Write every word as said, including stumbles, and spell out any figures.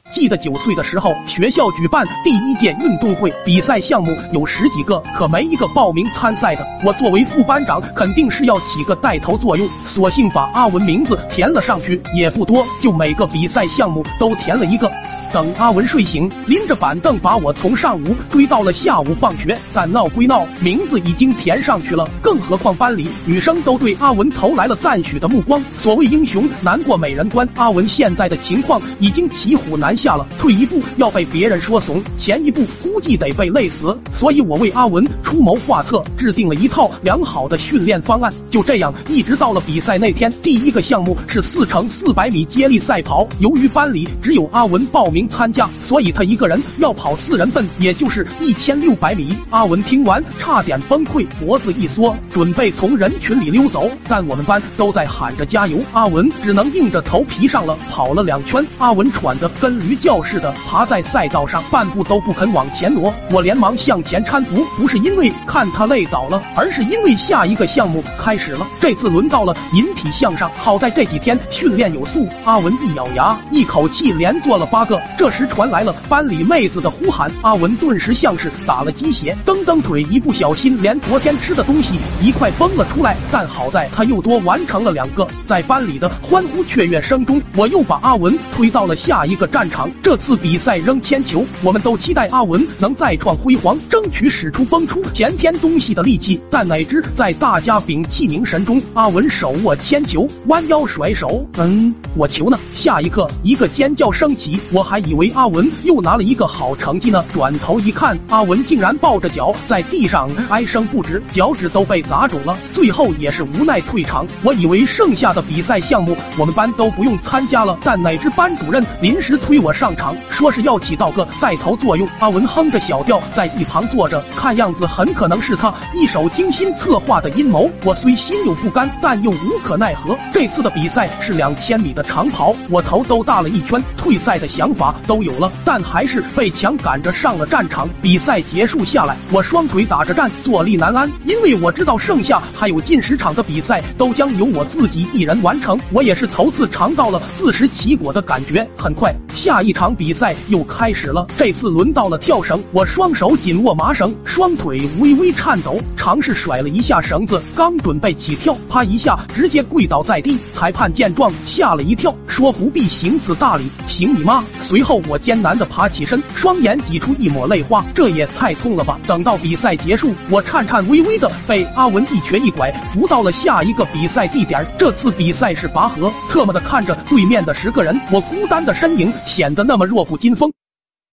记得九岁的时候，学校举办第一届运动会，比赛项目有十几个，可没一个报名参赛的。我作为副班长，肯定是要起个带头作用，索性把阿文名字填了上去，也不多，就每个比赛项目都填了一个。等阿文睡醒，拎着板凳把我从上午追到了下午放学。但闹归闹，名字已经填上去了，更何况班里女生都对阿文投来了赞许的目光。所谓英雄难过美人关，阿文现在的情况已经骑虎难下了，退一步要被别人说怂，前一步估计得被累死。所以我为阿文出谋划策，制定了一套良好的训练方案。就这样，一直到了比赛那天，第一个项目是四乘四百米接力赛跑。由于班里只有阿文报名参加，所以他一个人要跑四人份，也就是一千六百米。阿文听完差点崩溃，脖子一缩，准备从人群里溜走，但我们班都在喊着加油，阿文只能硬着头皮上了。跑了两圈，阿文喘得跟驴叫似的爬在赛道上，半步都不肯往前挪。我连忙向前搀扶，不是因为看他累倒了，而是因为下一个项目开始了。这次轮到了引体向上，好在这几天训练有素，阿文一咬牙，一口气连做了八个。这时传来了班里妹子的呼喊，阿文顿时像是打了鸡血，蹬蹬腿，一不小心连昨天吃的东西一块崩了出来。但好在他又多完成了两个。在班里的欢呼雀跃声中，我又把阿文推到了下一个战场。这次比赛扔铅球，我们都期待阿文能再创辉煌，争取使出崩出前天东西的力气。但哪知在大家屏气凝神中，阿文手握铅球，弯腰甩手，嗯，我球呢？下一刻，一个尖叫声起，我还以为阿文又拿了一个好成绩呢。转头一看，阿文竟然抱着脚在地上哀声不止，脚趾都被砸肿了，最后也是无奈退场。我以为剩下的比赛项目我们班都不用参加了，但哪知班主任临时推我上场，说是要起到个带头作用。阿文哼着小调在一旁坐着，看样子很可能是他一手精心策划的阴谋。我虽心有不甘，但又无可奈何。这次的比赛是两千米的长跑，我头都大了一圈，退赛的想法都有了，但还是被强赶着上了战场。比赛结束下来，我双腿打着战，坐立难安，因为我知道剩下还有近十场的比赛都将由我自己一人完成。我也是头次尝到了自食其果的感觉。很快，下一场比赛又开始了，这次轮到了跳绳。我双手紧握麻绳，双腿微微颤抖，尝试甩了一下绳子，刚准备起跳，啪一下直接跪倒在地。裁判见状吓了一跳，说不必行此大礼，行你妈！随后我艰难地爬起身，双眼挤出一抹泪花，这也太痛了吧！等到比赛结束，我颤颤巍巍地被阿文一瘸一拐扶到了下一个比赛地点。这次比赛是拔河，特么的看着对面的十个人，我孤单的身影显得那么弱不禁风。